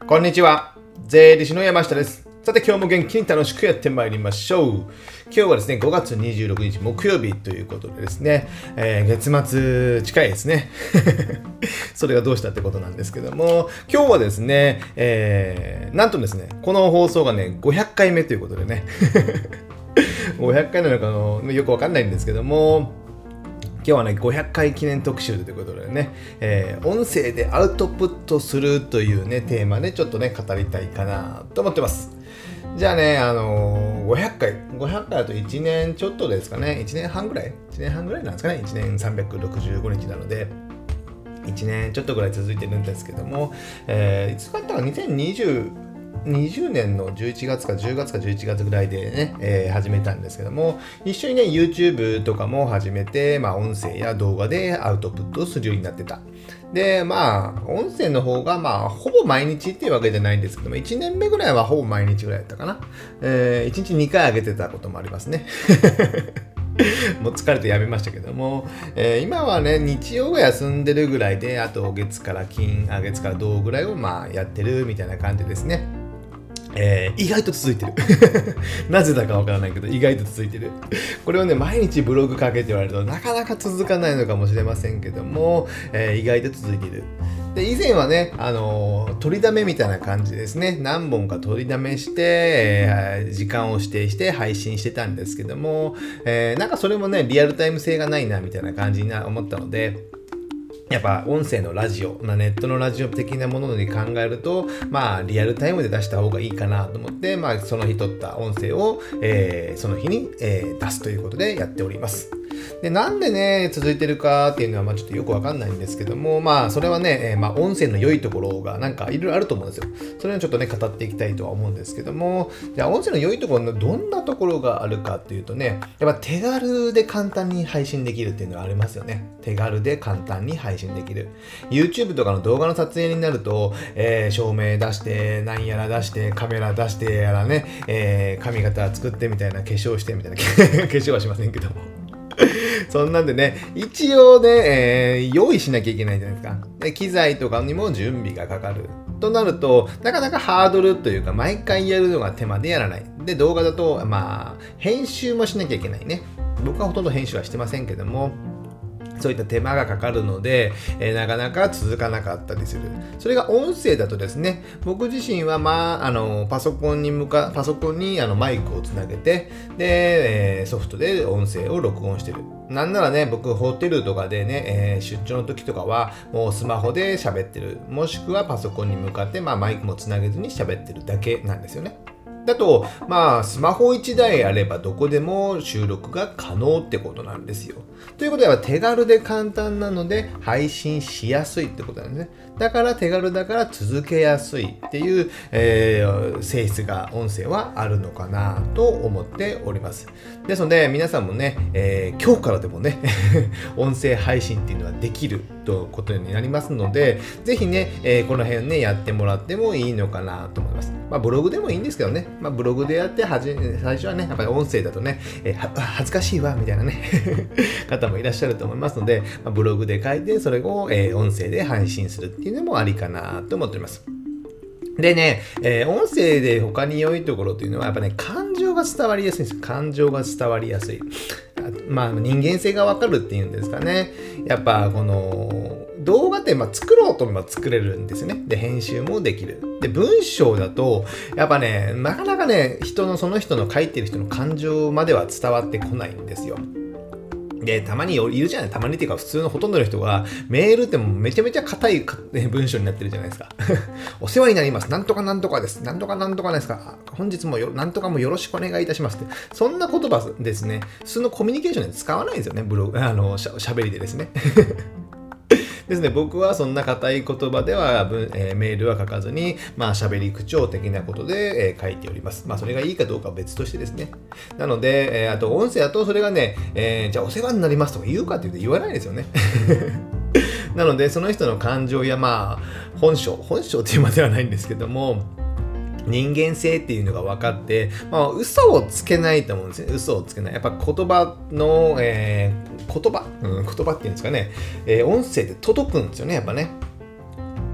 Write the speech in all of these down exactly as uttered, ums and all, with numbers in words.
こんにちは。税理士の山下です。さて今日も元気に楽しくやってまいりましょう。今日はですね、ごがつにじゅうろくにち木曜日ということでですね、えー、月末近いですね。それがどうしたってことなんですけども、今日はですね、えー、なんとですね、この放送がね、ごひゃっかいめということでね、ごひゃっかいなのかのよくわかんないんですけども、今日はね、ごひゃっかい記念特集ということでね、えー、音声でアウトプットするというね、テーマでちょっとね、語りたいかなと思ってます。じゃあね、あのー、ごひゃっかい、ごひゃっかいだといちねんちょっとですかね、いちねんはんぐらい ?いち 年半ぐらいなんですかね、いちねんさんびゃくろくじゅうごにちなので、いちねんちょっとぐらい続いてるんですけども、えー、いつかったかにせんにじゅうにじゅうねんのじゅういちがつかじゅうがつかじゅういちがつぐらいでね、えー、始めたんですけども、一緒にね YouTube とかも始めて、まあ、音声や動画でアウトプットをするようになってた。でまあ音声の方がまあほぼ毎日っていうわけじゃないんですけども、いちねんめぐらいはほぼ毎日ぐらいだったかな。えー、いちにちにかい上げてたこともありますね。もう疲れてやめましたけども、えー、今はね日曜が休んでるぐらいで、あと月から金あ月から土ぐらいをまあやってるみたいな感じですね。えー、意外と続いてる。なぜだかわからないけど意外と続いてる。これをね毎日ブログかけて言われるとなかなか続かないのかもしれませんけども、えー、意外と続いている。で以前はね、あのー、取りだめみたいな感じですね。何本か取りだめして、えー、時間を指定して配信してたんですけども、えー、なんかそれもねリアルタイム性がないなみたいな感じに思ったので、やっぱ音声のラジオ、ネットのラジオ的なものに考えると、まあリアルタイムで出した方がいいかなと思って、まあその日撮った音声を、えー、その日に、えー、出すということでやっております。で、なんでね、続いてるかっていうのは、まあちょっとよくわかんないんですけども、まあそれはね、えー、まあ音声の良いところがなんかいろいろあると思うんですよ。それをちょっとね、語っていきたいとは思うんですけども、じゃあ音声の良いところのどんなところがあるかっていうとね、やっぱ手軽で簡単に配信できるっていうのはありますよね。手軽で簡単に配信できる。YouTube とかの動画の撮影になると、えー、照明出して、なんやら出して、カメラ出してやらね、えー、髪型作ってみたいな、化粧してみたいな、化粧はしませんけども。そんなんでね、一応ね、えー、用意しなきゃいけないじゃないですか。で、機材とかにも準備がかかる。となると、なかなかハードルというか、毎回やるのが手間でやらない。で、動画だと、まあ、編集もしなきゃいけないね。僕はほとんど編集はしてませんけども、そういった手間がかかるので、えー、なかなか続かなかったりする。それが音声だとですね、僕自身はまあ、あの、パソコンに向か、パソコンにあのマイクをつなげて、で、えー、ソフトで音声を録音してる。なんならね、僕、ホテルとかでね、えー、出張の時とかは、もうスマホで喋ってる。もしくはパソコンに向かって、まあ、マイクもつなげずに喋ってるだけなんですよね。だと、まあ、スマホいちだいあればどこでも収録が可能ってことなんですよ。ということでは手軽で簡単なので配信しやすいってことなんですね。だから手軽だから続けやすいっていう、えー、性質が音声はあるのかなと思っております。ですので皆さんもね、えー、今日からでもね、音声配信っていうのはできるということになりますので、ぜひね、えー、この辺ね、やってもらってもいいのかなと思います。まあ、ブログでもいいんですけどね、まあ、ブログでやってはじ最初はね、やっぱり音声だとね、えー、恥ずかしいわみたいなね方もいらっしゃると思いますので、まあ、ブログで書いてそれを、えー、音声で配信するっていうのもありかなと思っております。でね、えー、音声で他に良いところというのはやっぱね、感情が伝わりやすいんですよ。感情が伝わりやすい。まあ人間性がわかるっていうんですかね。やっぱこの動画ってまあ作ろうと思えば作れるんですよね。で、編集もできる。で、文章だとやっぱね、なかなかね、人のその人の書いてる人の感情までは伝わってこないんですよ。で、たまにいるじゃない、たまにっていうか普通のほとんどの人がメールってもめちゃめちゃ硬い文章になってるじゃないですか。お世話になります。なんとかなんとかです。なんとかなんとかですか。本日もよなんとかもよろしくお願いいたしますって。そんな言葉ですね。普通のコミュニケーションで使わないんですよね。ブログ、あの、しゃ、喋りでですね。ですね、僕はそんな硬い言葉では、えー、メールは書かずに、まあ喋り口調的なことで、えー、書いております。まあそれがいいかどうかは別としてですね。なので、えー、あと音声だとそれがね、えー、じゃあお世話になりますとか言うかって言うと言わないですよね。なのでその人の感情やまあ本性、本性っていうまではないんですけども、人間性っていうのが分かって、まあ、嘘をつけないと思うんですね。嘘をつけない。やっぱ言葉の、えー、言葉、うん、言葉っていうんですかね、えー、音声で届くんですよね、やっぱね。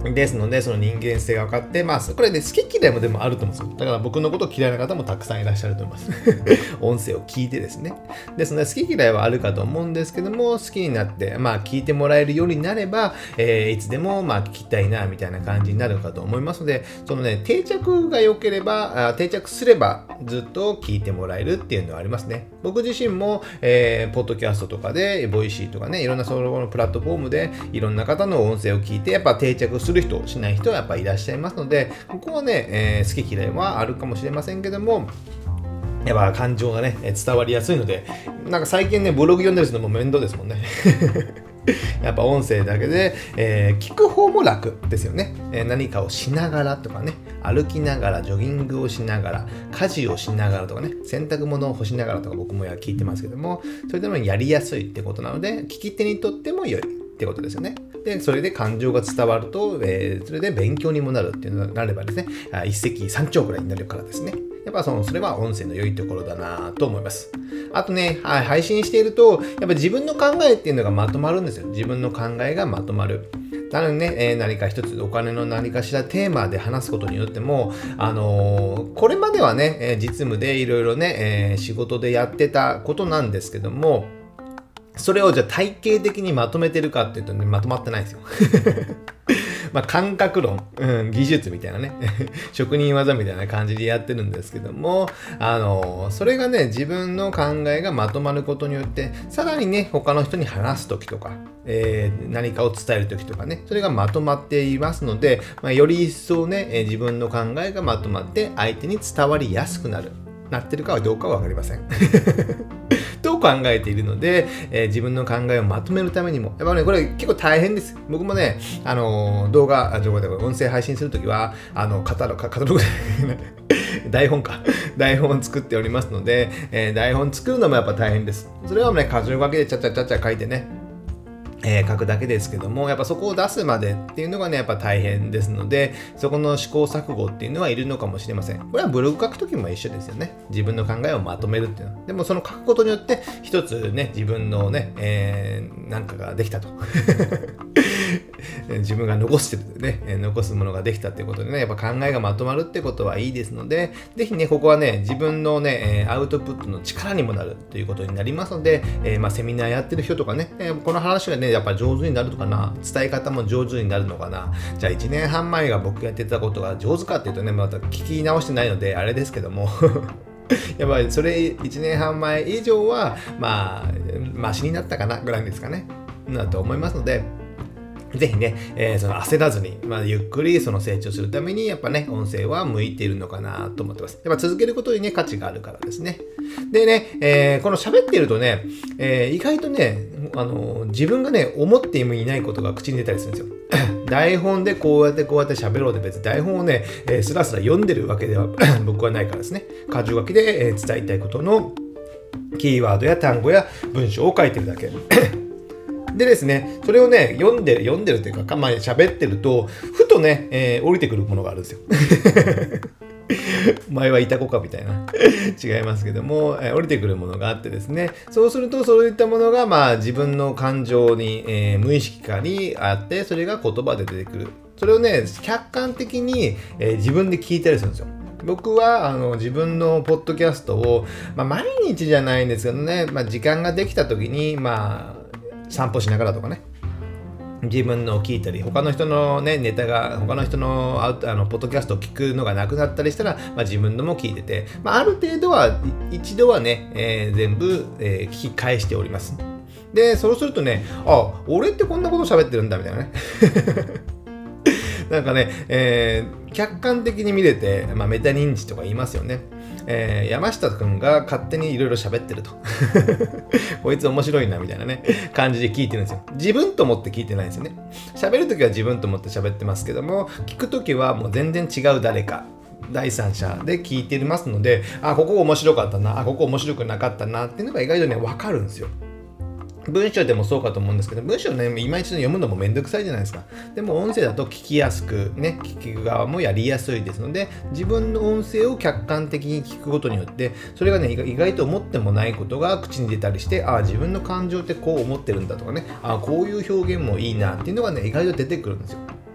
ですので、その人間性が分かって、まあ、これね、好き嫌いもでもあると思うんですよ。だから僕のこと嫌いな方もたくさんいらっしゃると思います。音声を聞いてですね。ですので、好き嫌いはあるかと思うんですけども、好きになって、まあ、聞いてもらえるようになれば、えー、いつでも、まあ、聞きたいな、みたいな感じになるかと思いますので、そのね、定着が良ければ、あ定着すれば、ずっと聞いてもらえるっていうのはありますね。僕自身も、えー、ポッドキャストとかで、ボイシーとかね、いろんなそのプラットフォームで、いろんな方の音声を聞いて、やっぱ定着する人、しない人はやっぱいらっしゃいますので、ここはね、えー、好き嫌いはあるかもしれませんけども、やっぱ感情がね、伝わりやすいので、なんか最近ね、ブログ読んだりするのも面倒ですもんね。やっぱ音声だけで、えー、聞く方も楽ですよね、えー。何かをしながらとかね、歩きながら、ジョギングをしながら、家事をしながらとかね、洗濯物を干しながらとか僕も聞いてますけども、それでもやりやすいってことなので、聞き手にとっても良いってことですよね。で、それで感情が伝わると、えー、それで勉強にもなるっていうのがなればですね、一石三鳥くらいになるからですね。やっぱその、それは音声の良いところだなと思います。あとね、配信していると、やっぱ自分の考えっていうのがまとまるんですよ。自分の考えがまとまる。なのでね、えー、何か一つお金の何かしらテーマで話すことによっても、あのー、これまではね、えー、実務でいろいろね、えー、仕事でやってたことなんですけども、それをじゃあ体系的にまとめてるかっていうとね、まとまってないんですよ。まあ感覚論、うん、技術みたいなね、職人技みたいな感じでやってるんですけども、あの、それがね、自分の考えがまとまることによって、さらにね、他の人に話すときとか、えー、何かを伝えるときとかね、それがまとまっていますので、まあ、より一層ね、えー、自分の考えがまとまって相手に伝わりやすくなる。なってるかはどうかはわかりません。と考えているので、えー、自分の考えをまとめるためにも、やっぱね、これ結構大変です。僕もね、あのー、動画、動画で音声配信するときは、あの、カタログ、カタログ台本か。台本を作っておりますので、えー、台本作るのもやっぱ大変です。それはね、箇条書きでちゃっちゃちゃっちゃ書いてね、えー、書くだけですけども、やっぱそこを出すまでっていうのがね、やっぱ大変ですので、そこの試行錯誤っていうのはいるのかもしれません。これはブログ書くときも一緒ですよね。自分の考えをまとめるっていうの。でもその書くことによって、一つね、自分のね、えー、なんかができたと。自分が残してるね、残すものができたっていうことでね、やっぱ考えがまとまるってことはいいですので、ぜひね、ここはね、自分のね、アウトプットの力にもなるということになりますので、えー、まあセミナーやってる人とかね、この話がね、やっぱ上手になるのかな、伝え方も上手になるのかな、じゃあいちねんはん前が僕やってたことが上手かっていうとね、また聞き直してないので、あれですけども、やっぱりそれいちねんはん前以上は、まあ、マシになったかなぐらいですかね、なと思いますので、ぜひね、えー、その焦らずに、まあ、ゆっくりその成長するために、やっぱね、音声は向いているのかなと思ってます。やっぱ続けることにね、価値があるからですね。でね、えー、この喋っているとね、えー、意外とね、あのー、自分がね、思ってもいないことが口に出たりするんですよ。台本でこうやってこうやって喋ろうで別に台本をね、えー、スラスラ読んでるわけでは僕はないからですね。箇条書きで、えー、伝えたいことのキーワードや単語や文章を書いてるだけ。でですね、それをね、読んでる、読んでるというか、まあ、喋ってると、ふとね、えー、降りてくるものがあるんですよ。前はいた子かみたいな。違いますけども、えー、降りてくるものがあってですね、そうすると、そういったものが、まあ、自分の感情に、えー、無意識化にあって、それが言葉で出てくる。それをね、客観的に、えー、自分で聞いたりするんですよ。僕はあの自分のポッドキャストを、まあ、毎日じゃないんですけどね、まあ、時間ができた時に、まあ、散歩しながらとかね、自分のを聞いたり、他の人のね、ネタが、他の人のあのポッドキャストを聞くのがなくなったりしたら、まあ、自分のも聞いてて、まあ、ある程度は、一度はね、えー、全部、えー、聞き返しております。で、そうするとね、あ、俺ってこんなこと喋ってるんだ、みたいなね。なんかね、えー、客観的に見れて、まあ、メタ認知とか言いますよね。えー、山下くんが勝手にいろいろ喋ってると。こいつ面白いなみたいなね、感じで聞いてるんですよ。自分と思って聞いてないんですよね。喋るときは自分と思って喋ってますけども、聞くときはもう全然違う誰か。第三者で聞いてますので、あ、ここ面白かったな、あ、ここ面白くなかったなっていうのが意外とね、わかるんですよ。文章でもそうかと思うんですけど、文章ね、今一度読むのもめんどくさいじゃないですか。でも音声だと聞きやすく、ね、聞く側もやりやすいですので、自分の音声を客観的に聞くことによって、それがね、意外と思ってもないことが口に出たりして、ああ、自分の感情ってこう思ってるんだとかね、ああ、こういう表現もいいなっていうのがね、意外と出てくるんですよ。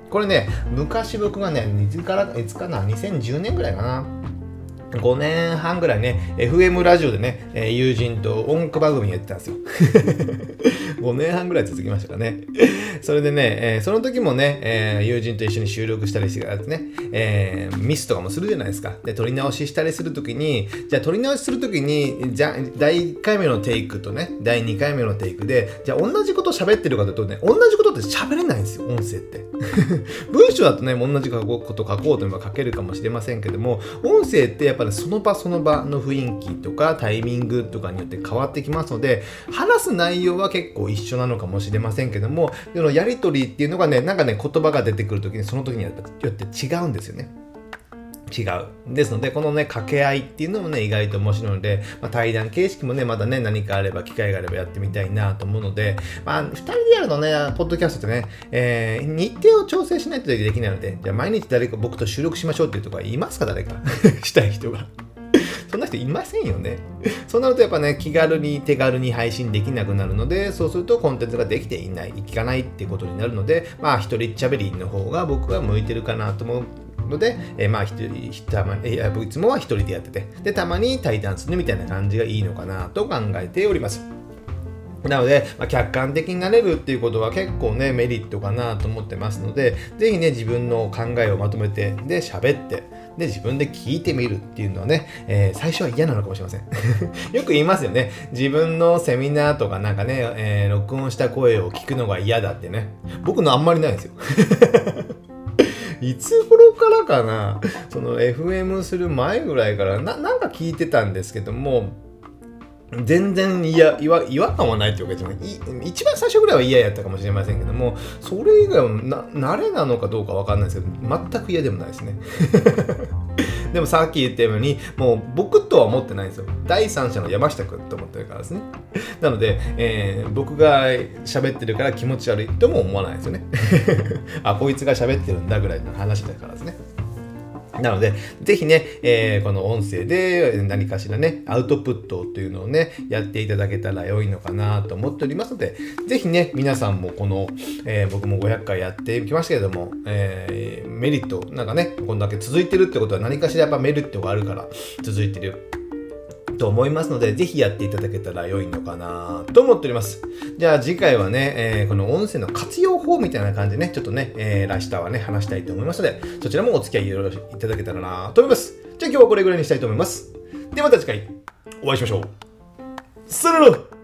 これね、昔僕がね、いつから、いつかな、にせんじゅうねんぐらいかな。ごねんはんぐらいね、エフエム ラジオでね、えー、友人と音楽番組やってたんですよ。ごねんはんぐらい続きましたかね。それでね、えー、その時もね、えー、友人と一緒に収録したりしてからね、えー、ミスとかもするじゃないですか。で、撮り直ししたりするときに、じゃあ撮り直しするときに、じゃあ、だいいっかいめのテイクとね、だいにかいめのテイクで、じゃあ同じこと喋ってるかというとね、同じことって喋れないんですよ、音声って。文章だとね、同じこと書こうと思えば書けるかもしれませんけども、音声ってやっぱりその場その場の雰囲気とかタイミングとかによって変わってきますので、話す内容は結構一緒なのかもしれませんけども、そのやりとりっていうのがね、なんかね、言葉が出てくるときにその時によって違うんですよね。違う。ですので、このね、掛け合いっていうのもね、意外と面白いので、まあ、対談形式もね、まだね、何かあれば、機会があればやってみたいなと思うので、まあ、二人でやるのね、ポッドキャストってね、えー、日程を調整しないとできないので、じゃあ毎日誰か僕と収録しましょうっていうところはいますか、誰か。したい人が。そんな人いませんよね。そうなるとやっぱね、気軽に手軽に配信できなくなるので、そうするとコンテンツができていない、いかないっていうことになるので、まあ一人喋りの方が僕は向いてるかなと思うので、えー、まあ一人、たまに、いや、いつもは一人でやってて、で、たまに対談するみたいな感じがいいのかなと考えております。なので、まあ、客観的になれるっていうことは結構ね、メリットかなと思ってますので、ぜひね、自分の考えをまとめて、で、喋って、で、自分で聞いてみるっていうのはね、えー、最初は嫌なのかもしれません。よく言いますよね。自分のセミナーとかなんかね、えー、録音した声を聞くのが嫌だってね。僕のあんまりないんですよ。いつ頃からかな、その エフエム する前ぐらいからな、なんか聞いてたんですけども、全然嫌、違和、違和感はないというわけじゃない。一番最初ぐらいは嫌やったかもしれませんけども、それ以外はな、慣れなのかどうかわかんないですけど、全く嫌でもないですね。でもさっき言ったように、もう僕とは思ってないんですよ。第三者の山下くんと思ってるからですね。なので、えー、僕が喋ってるから気持ち悪いとも思わないですよね。あ、こいつが喋ってるんだぐらいの話だからですね。なので、ぜひね、えー、この音声で何かしらね、アウトプットというのをね、やっていただけたら良いのかなと思っておりますので、ぜひね、皆さんもこの、えー、僕もごひゃっかいやってきましたけれども、えー、メリット、なんかね、こんだけ続いてるってことは何かしらやっぱメリットがあるから続いてると思いますので、ぜひやっていただけたら良いのかなと思っております。じゃあ次回はね、えー、この音声の活用法みたいな感じでね、ちょっとね、えー、明日はね、話したいと思いますので、そちらもお付き合いよろしくいただけたらなと思います。じゃあ今日はこれぐらいにしたいと思います。ではまた次回お会いしましょう。さよなら。